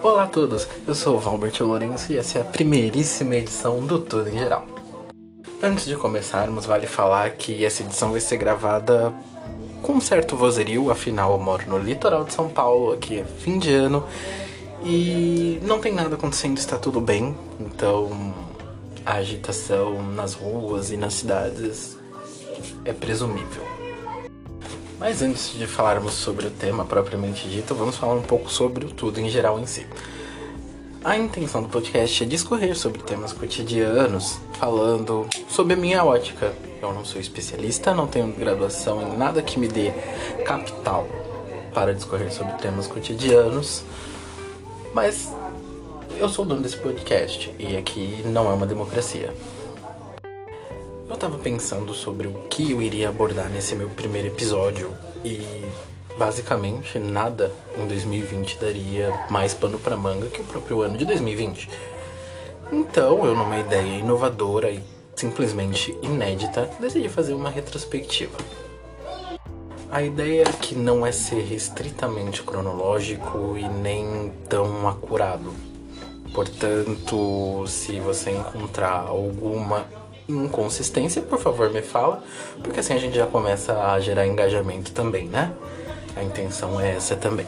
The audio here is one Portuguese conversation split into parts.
Olá a todos, eu sou o Valbert Lourenço e essa é a primeiríssima edição do Tudo em Geral. Antes de começarmos, vale falar que essa edição vai ser gravada com um certo vozerio, afinal eu moro no litoral de São Paulo, aqui é fim de ano e não tem nada acontecendo, está tudo bem, então a agitação nas ruas e nas cidades é presumível. Mas antes de falarmos sobre o tema propriamente dito, vamos falar um pouco sobre o tudo em geral em si. A intenção do podcast é discorrer sobre temas cotidianos, falando sobre a minha ótica. Eu não sou especialista, não tenho graduação em nada que me dê capital para discorrer sobre temas cotidianos, mas eu sou o dono desse podcast e aqui não é uma democracia. Eu tava pensando sobre o que eu iria abordar nesse meu primeiro episódio e basicamente nada em 2020 daria mais pano pra manga que o próprio ano de 2020. Então eu, numa ideia inovadora e simplesmente inédita, decidi fazer uma retrospectiva. A ideia aqui não é ser restritamente cronológico e nem tão acurado. Portanto, se você encontrar alguma inconsistência, por favor me fala, porque assim a gente já começa a gerar engajamento também, né? A intenção é essa também.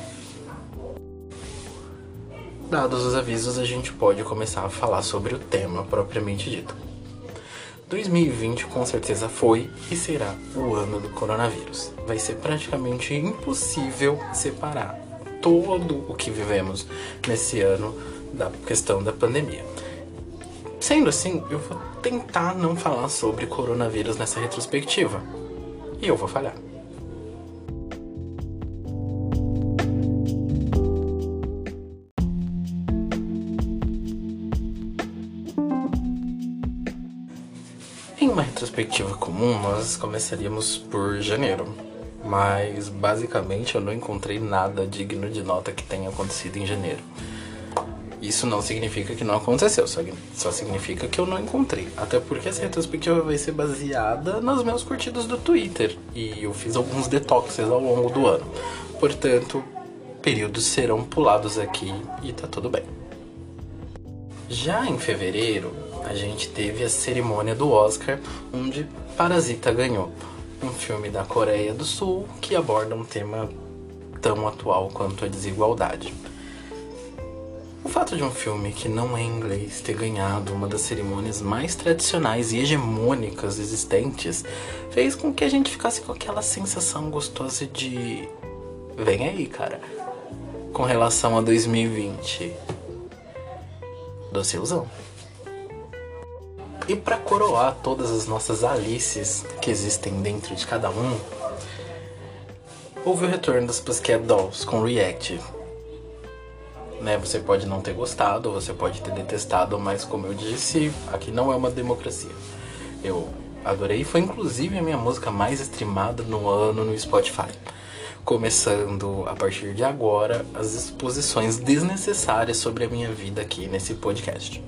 Dados os avisos, a gente pode começar a falar sobre o tema propriamente dito. 2020 com certeza foi e será o ano do coronavírus. Vai ser praticamente impossível separar todo o que vivemos nesse ano da questão da pandemia. Sendo assim, eu vou tentar não falar sobre coronavírus nessa retrospectiva. E eu vou falhar. Em uma retrospectiva comum, nós começaríamos por janeiro. Mas, basicamente, eu não encontrei nada digno de nota que tenha acontecido em janeiro. Isso não significa que não aconteceu, só significa que eu não encontrei. Até porque essa retrospectiva vai ser baseada nos meus curtidos do Twitter. E eu fiz alguns detoxes ao longo do ano. Portanto, períodos serão pulados aqui e tá tudo bem. Já em fevereiro, a gente teve a cerimônia do Oscar, onde Parasita ganhou. Um filme da Coreia do Sul que aborda um tema tão atual quanto a desigualdade. O fato de um filme que não é em inglês ter ganhado uma das cerimônias mais tradicionais e hegemônicas existentes fez com que a gente ficasse com aquela sensação gostosa de vem aí, cara, com relação a 2020. Doce ilusão. E pra coroar todas as nossas Alices que existem dentro de cada um, houve o retorno das Pussycat Dolls com React. Você pode não ter gostado, você pode ter detestado, mas como eu disse, aqui não é uma democracia. Eu adorei, foi inclusive a minha música mais streamada no ano no Spotify. Começando a partir de agora as exposições desnecessárias sobre a minha vida aqui nesse podcast.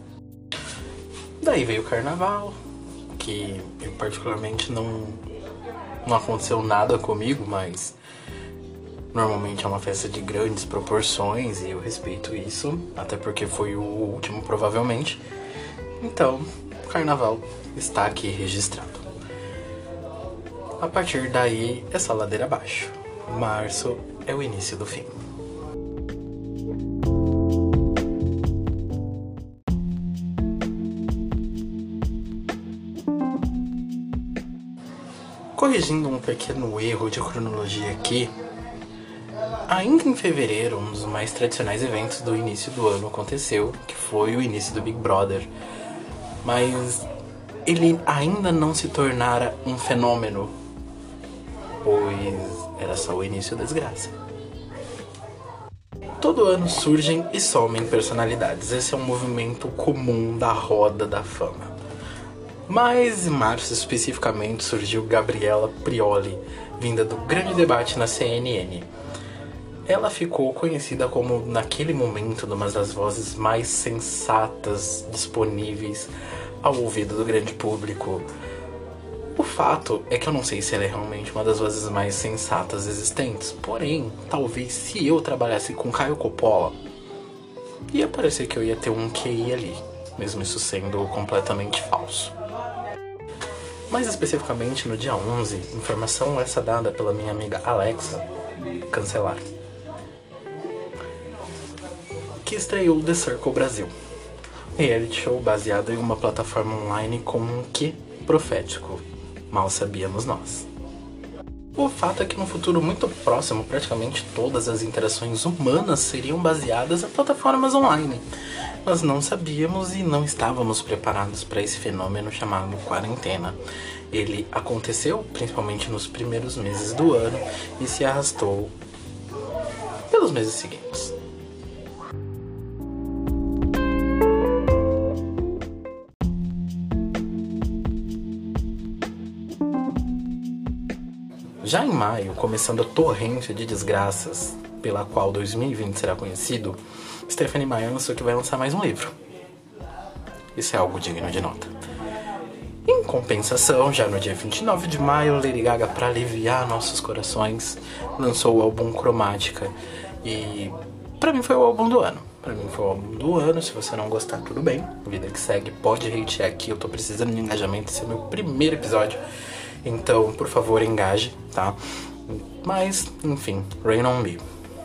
Daí veio o carnaval, que eu particularmente não aconteceu nada comigo, mas normalmente é uma festa de grandes proporções e eu respeito isso, até porque foi o último provavelmente. Então, o carnaval está aqui registrado. A partir daí, é só ladeira abaixo. Março é o início do fim. Corrigindo um pequeno erro de cronologia aqui, ainda em fevereiro, um dos mais tradicionais eventos do início do ano aconteceu, que foi o início do Big Brother. Mas ele ainda não se tornara um fenômeno, pois era só o início da desgraça. Todo ano surgem e somem personalidades. Esse é um movimento comum da roda da fama. Mas em março especificamente surgiu Gabriela Prioli, vinda do Grande Debate na CNN. Ela ficou conhecida como, naquele momento, uma das vozes mais sensatas disponíveis ao ouvido do grande público. O fato é que eu não sei se ela é realmente uma das vozes mais sensatas existentes, porém, talvez se eu trabalhasse com Caio Coppola, ia parecer que eu ia ter um QI ali, mesmo isso sendo completamente falso. Mais especificamente no dia 11, informação essa dada pela minha amiga Alexa, cancelar, que estreou The Circle Brasil, reality show baseado em uma plataforma online com um quê profético, mal sabíamos nós. O fato é que no futuro muito próximo, praticamente todas as interações humanas seriam baseadas em plataformas online. Nós não sabíamos e não estávamos preparados para esse fenômeno chamado quarentena. Ele aconteceu principalmente nos primeiros meses do ano e se arrastou pelos meses seguintes. Já em maio, começando a torrente de desgraças pela qual 2020 será conhecido, Stephenie Meyer anunciou que vai lançar mais um livro. Isso é algo digno de nota. Em compensação, já no dia 29 de maio, Lady Gaga, para aliviar nossos corações, lançou o álbum Cromática. E pra mim foi o álbum do ano. Se você não gostar, tudo bem. Vida que segue, pode hatear aqui, eu tô precisando de engajamento, esse é o meu primeiro episódio. Então, por favor, engaje, tá? Mas, enfim, Rain On Me.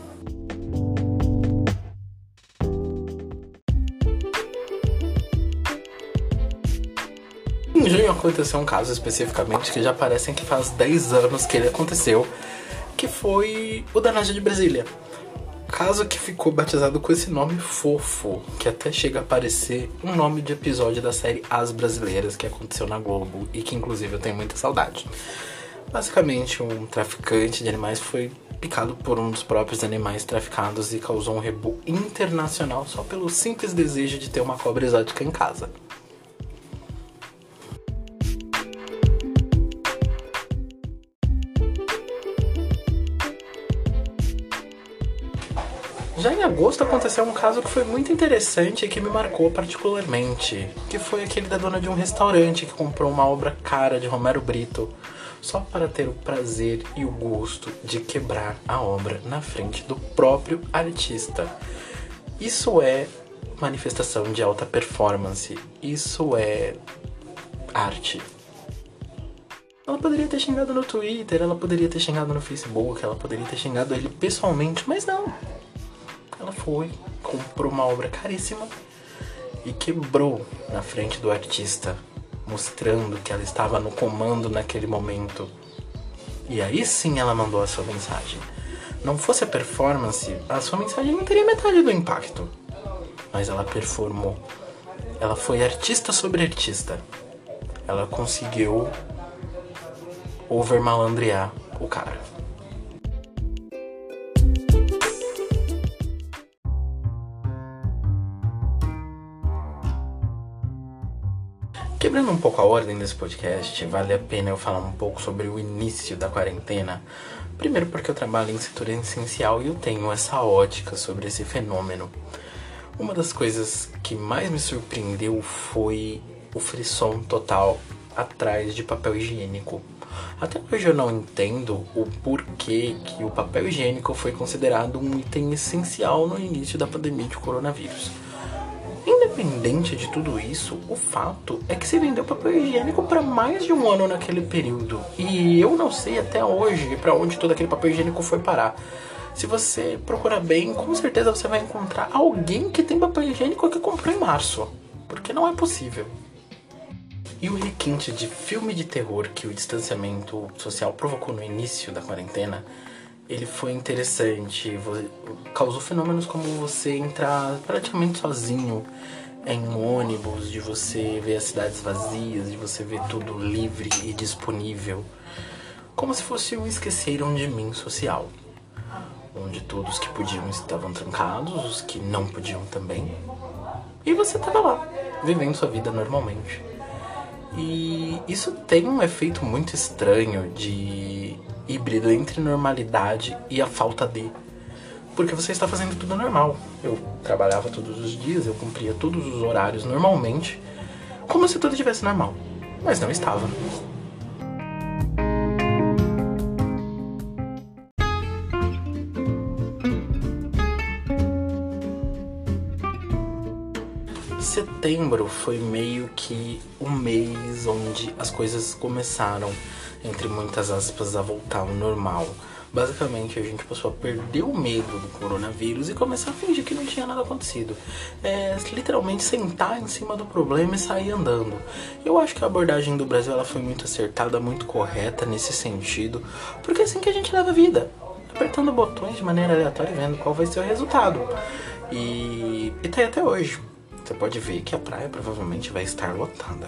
Em junho aconteceu um caso especificamente que já parecem que faz 10 anos que ele aconteceu, que foi o da Naja de Brasília. Caso que ficou batizado com esse nome fofo, que até chega a parecer um nome de episódio da série As Brasileiras, que aconteceu na Globo e que inclusive eu tenho muita saudade. Basicamente, um traficante de animais foi picado por um dos próprios animais traficados e causou um rebu internacional só pelo simples desejo de ter uma cobra exótica em casa. Já em agosto aconteceu um caso que foi muito interessante e que me marcou particularmente, que foi aquele da dona de um restaurante que comprou uma obra cara de Romero Brito só para ter o prazer e o gosto de quebrar a obra na frente do próprio artista. Isso é manifestação de alta performance, isso é arte. Ela poderia ter xingado no Twitter, ela poderia ter xingado no Facebook, ela poderia ter xingado ele pessoalmente, mas não. Ela foi, comprou uma obra caríssima e quebrou na frente do artista, mostrando que ela estava no comando naquele momento. E aí sim ela mandou a sua mensagem. Não fosse a performance, a sua mensagem não teria metade do impacto. Mas ela performou. Ela foi artista sobre artista. Ela conseguiu overmalandrear o cara. Quebrando um pouco a ordem desse podcast, vale a pena eu falar um pouco sobre o início da quarentena. Primeiro porque eu trabalho em setor essencial e eu tenho essa ótica sobre esse fenômeno. Uma das coisas que mais me surpreendeu foi o frisson total atrás de papel higiênico. Até hoje eu não entendo o porquê que o papel higiênico foi considerado um item essencial no início da pandemia de coronavírus. Independente de tudo isso, o fato é que se vendeu papel higiênico para mais de um ano naquele período. E eu não sei até hoje para onde todo aquele papel higiênico foi parar. Se você procurar bem, com certeza você vai encontrar alguém que tem papel higiênico que comprou em março. Porque não é possível. E o requinte de filme de terror que o distanciamento social provocou no início da quarentena, ele foi interessante, causou fenômenos como você entrar praticamente sozinho em um ônibus, de você ver as cidades vazias, de você ver tudo livre e disponível, como se fosse um esqueceram de mim social, onde todos que podiam estavam trancados, os que não podiam também, e você estava lá, vivendo sua vida normalmente. E isso tem um efeito muito estranho de híbrido entre normalidade e a falta de. Porque você está fazendo tudo normal. Eu trabalhava todos os dias, eu cumpria todos os horários normalmente, como se tudo estivesse normal. Mas não estava. setembro foi meio que o mês onde as coisas começaram, entre muitas aspas, a voltar ao normal. Basicamente, a gente passou a perder o medo do coronavírus e começar a fingir que não tinha nada acontecido. Literalmente sentar em cima do problema e sair andando. Eu acho que a abordagem do Brasil ela foi muito acertada, muito correta nesse sentido, porque é assim que a gente leva a vida, apertando botões de maneira aleatória e vendo qual vai ser o resultado. E tá aí até hoje. Você pode ver que a praia provavelmente vai estar lotada.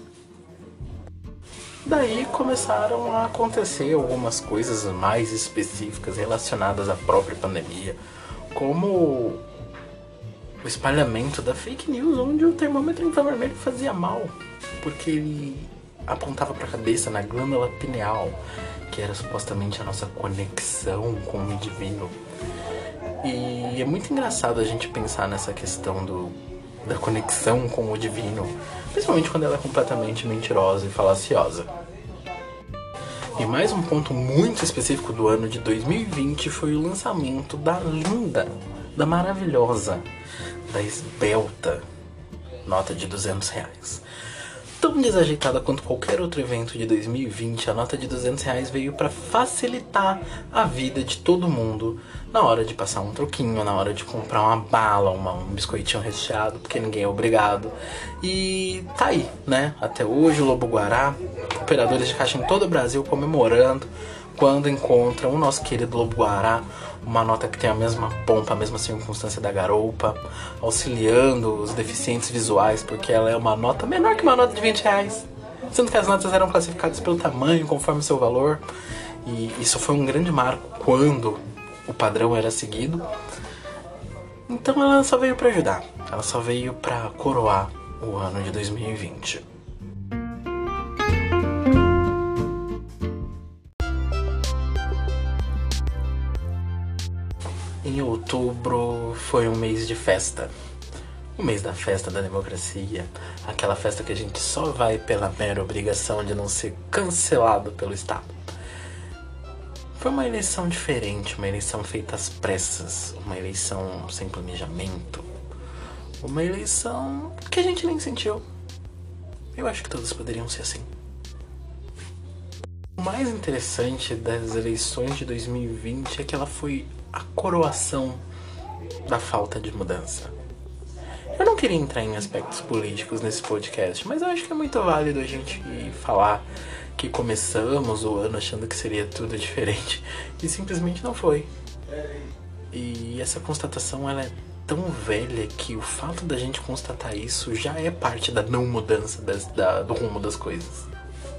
Daí começaram a acontecer algumas coisas mais específicas relacionadas à própria pandemia, como o espalhamento da fake news, onde o termômetro infravermelho fazia mal, porque ele apontava para a cabeça, na glândula pineal, que era supostamente a nossa conexão com o divino. E é muito engraçado a gente pensar nessa questão da conexão com o divino, principalmente quando ela é completamente mentirosa e falaciosa. E mais um ponto muito específico do ano de 2020 foi o lançamento da linda, da maravilhosa, da esbelta nota de R$200. Tão desajeitada quanto qualquer outro evento de 2020, a nota de R$200 veio para facilitar a vida de todo mundo na hora de passar um troquinho, na hora de comprar uma bala, um biscoitinho recheado, porque ninguém é obrigado. E tá aí, né? Até hoje o Lobo-Guará, operadores de caixa em todo o Brasil comemorando quando encontram o nosso querido Lobo-Guará, uma nota que tem a mesma pompa, a mesma circunstância da garoupa, auxiliando os deficientes visuais, porque ela é uma nota menor que uma nota de R$20, sendo que as notas eram classificadas pelo tamanho, conforme o seu valor, e isso foi um grande marco quando o padrão era seguido. Então ela só veio para ajudar, ela só veio para coroar o ano de 2020. Em outubro foi um mês de festa. O mês da festa da democracia. Aquela festa que a gente só vai pela mera obrigação de não ser cancelado pelo Estado. Foi uma eleição diferente, uma eleição feita às pressas, uma eleição sem planejamento, uma eleição que a gente nem sentiu. Eu acho que todas poderiam ser assim. O mais interessante das eleições de 2020 é que ela foi a coroação da falta de mudança. Eu não queria entrar em aspectos políticos nesse podcast, mas eu acho que é muito válido a gente falar que começamos o ano achando que seria tudo diferente e simplesmente não foi. E essa constatação ela é tão velha que o fato da gente constatar isso já é parte da não mudança do rumo das coisas.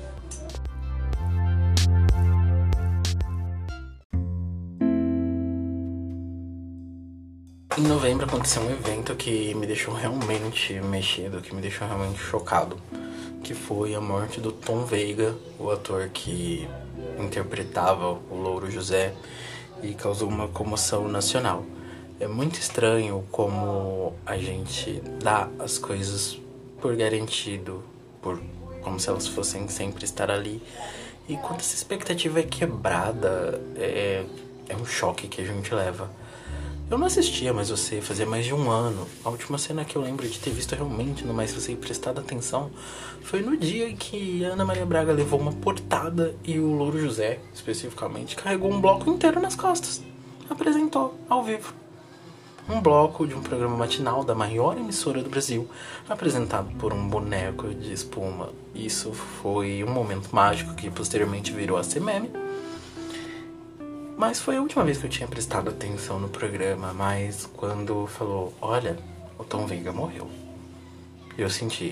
Em novembro aconteceu um evento que me deixou realmente mexido, que me deixou realmente chocado, que foi a morte do Tom Veiga, o ator que interpretava o Louro José e causou uma comoção nacional. É muito estranho como a gente dá as coisas por garantido, como se elas fossem sempre estar ali. E quando essa expectativa é quebrada, é um choque que a gente leva. Eu não assistia Mais Você fazia mais de um ano. A última cena que eu lembro de ter visto realmente no Mais Você e prestado atenção foi no dia em que a Ana Maria Braga levou uma portada e o Louro José, especificamente, carregou um bloco inteiro nas costas. Apresentou ao vivo. Um bloco de um programa matinal da maior emissora do Brasil, apresentado por um boneco de espuma. Isso foi um momento mágico que posteriormente virou a ser meme. Mas foi a última vez que eu tinha prestado atenção no programa, mas quando falou, olha, o Tom Veiga morreu, eu senti.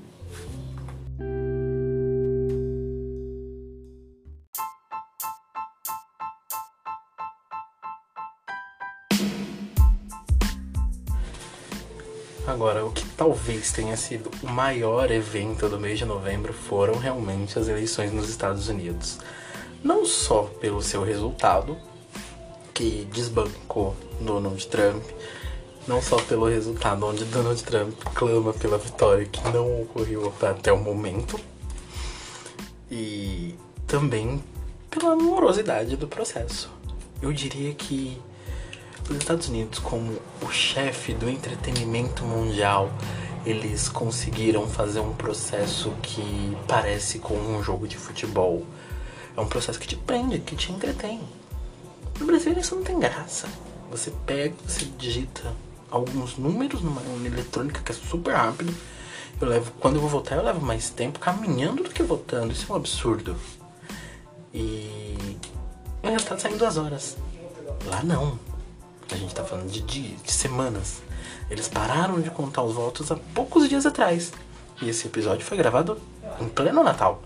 Agora, o que talvez tenha sido o maior evento do mês de novembro foram realmente as eleições nos Estados Unidos. Não só pelo seu resultado, que desbancou Donald Trump, não só pelo resultado onde Donald Trump clama pela vitória que não ocorreu até o momento, e também pela morosidade do processo. Eu diria que os Estados Unidos, como o chefe do entretenimento mundial, eles conseguiram fazer um processo que parece com um jogo de futebol. É um processo que te prende, que te entretém. No Brasil isso não tem graça. Você pega, você digita alguns números numa urna eletrônica que é super rápido. Quando eu vou votar, eu levo mais tempo caminhando do que votando. Isso é um absurdo. E o resultado sai em 2 horas. Lá não. A gente tá falando de dias, de semanas. Eles pararam de contar os votos há poucos dias atrás. E esse episódio foi gravado em pleno Natal.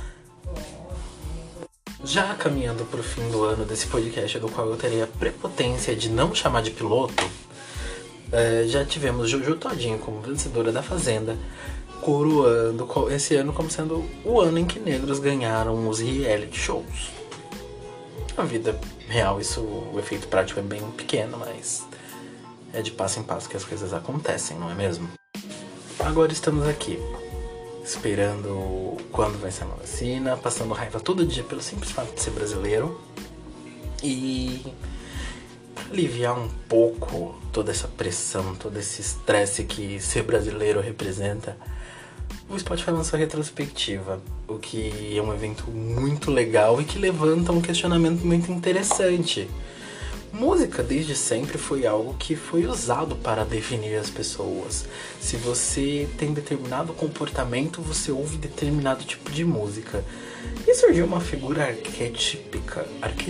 Já caminhando pro fim do ano desse podcast, do qual eu teria a prepotência de não chamar de piloto, já tivemos Jojo Todinho como vencedora da Fazenda, coroando esse ano como sendo o ano em que negros ganharam os reality shows. Na vida real, o efeito prático é bem pequeno, mas é de passo em passo que as coisas acontecem, não é mesmo? Agora estamos aqui, esperando quando vai ser uma vacina, passando raiva todo dia pelo simples fato de ser brasileiro e aliviar um pouco toda essa pressão, todo esse estresse que ser brasileiro representa. O Spotify lançou a retrospectiva, o que é um evento muito legal e que levanta um questionamento muito interessante. Música desde sempre foi algo que foi usado para definir as pessoas. Se você tem determinado comportamento, você ouve determinado tipo de música. E surgiu uma figura arquetípica,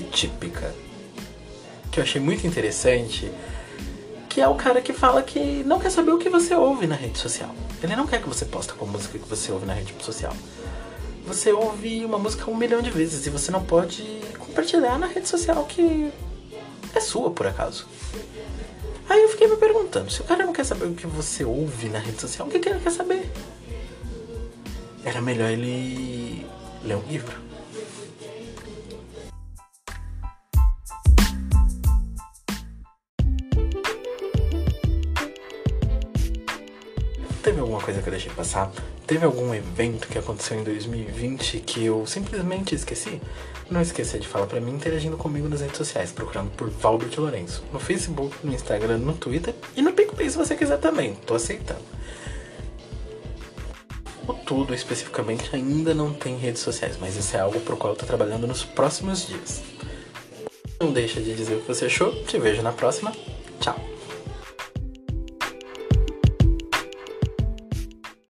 que eu achei muito interessante, que é o cara que fala que não quer saber o que você ouve na rede social. Ele não quer que você poste com a música que você ouve na rede social. Você ouve uma música 1 milhão de vezes e você não pode compartilhar na rede social que é sua, por acaso. Aí eu fiquei me perguntando, se o cara não quer saber o que você ouve na rede social, o que ele quer saber? Era melhor ele ler um livro. Teve alguma coisa que eu deixei passar? Teve algum evento que aconteceu em 2020 que eu simplesmente esqueci? Não esqueça de falar pra mim interagindo comigo nas redes sociais, procurando por Valbert Lourenço. No Facebook, no Instagram, no Twitter e no PicPay se você quiser também. Tô aceitando. O Tudo, especificamente, ainda não tem redes sociais, mas isso é algo pro qual eu tô trabalhando nos próximos dias. Não deixa de dizer o que você achou. Te vejo na próxima. Tchau.